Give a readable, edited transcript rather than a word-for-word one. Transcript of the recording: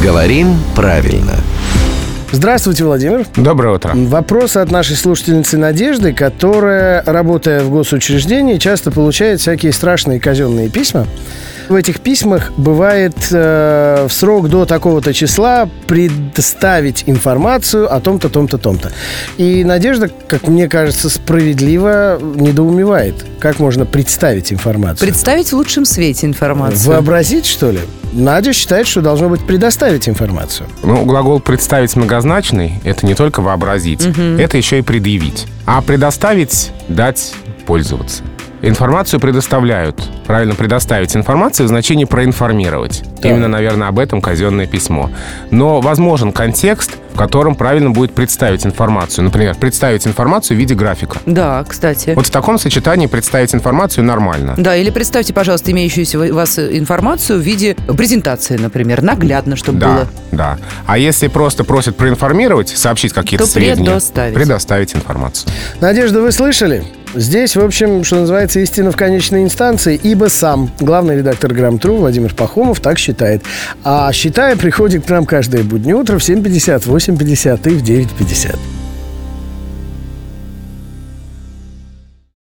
Говорим правильно. Здравствуйте, Владимир. Доброе утро. Вопрос от нашей слушательницы Надежды, которая, работая в госучреждении, часто получает всякие страшные казенные письма. В этих письмах бывает в срок до такого-то числа предоставить информацию о том-то, том-то, том-то. И Надежда, как мне кажется, справедливо недоумевает, как можно представить информацию. Представить в лучшем свете информацию. Вообразить, что ли? Надя считает, что должно быть предоставить информацию. Глагол «представить» многозначный — это не только вообразить, это еще и предъявить. А предоставить — дать, пользоваться. Информацию предоставляют. Правильно, предоставить информацию в значении проинформировать. Да. Именно, наверное, об этом казенное письмо. Но возможен контекст, в котором правильно будет представить информацию. Например, представить информацию в виде графика. Да, кстати. Вот в таком сочетании представить информацию нормально. Да, или представьте, пожалуйста, имеющуюся у вас информацию в виде презентации, например, наглядно, чтобы было. Да. А если просто просят проинформировать, сообщить какие-то сведения, предоставить информацию. Надежда, вы слышали? Здесь, в общем, что называется, истина в конечной инстанции, ибо сам главный редактор «Грамотру» Владимир Пахомов так считает. А считая, приходит к нам каждое буднее утро в 7:50, в 8:50 и в 9:50.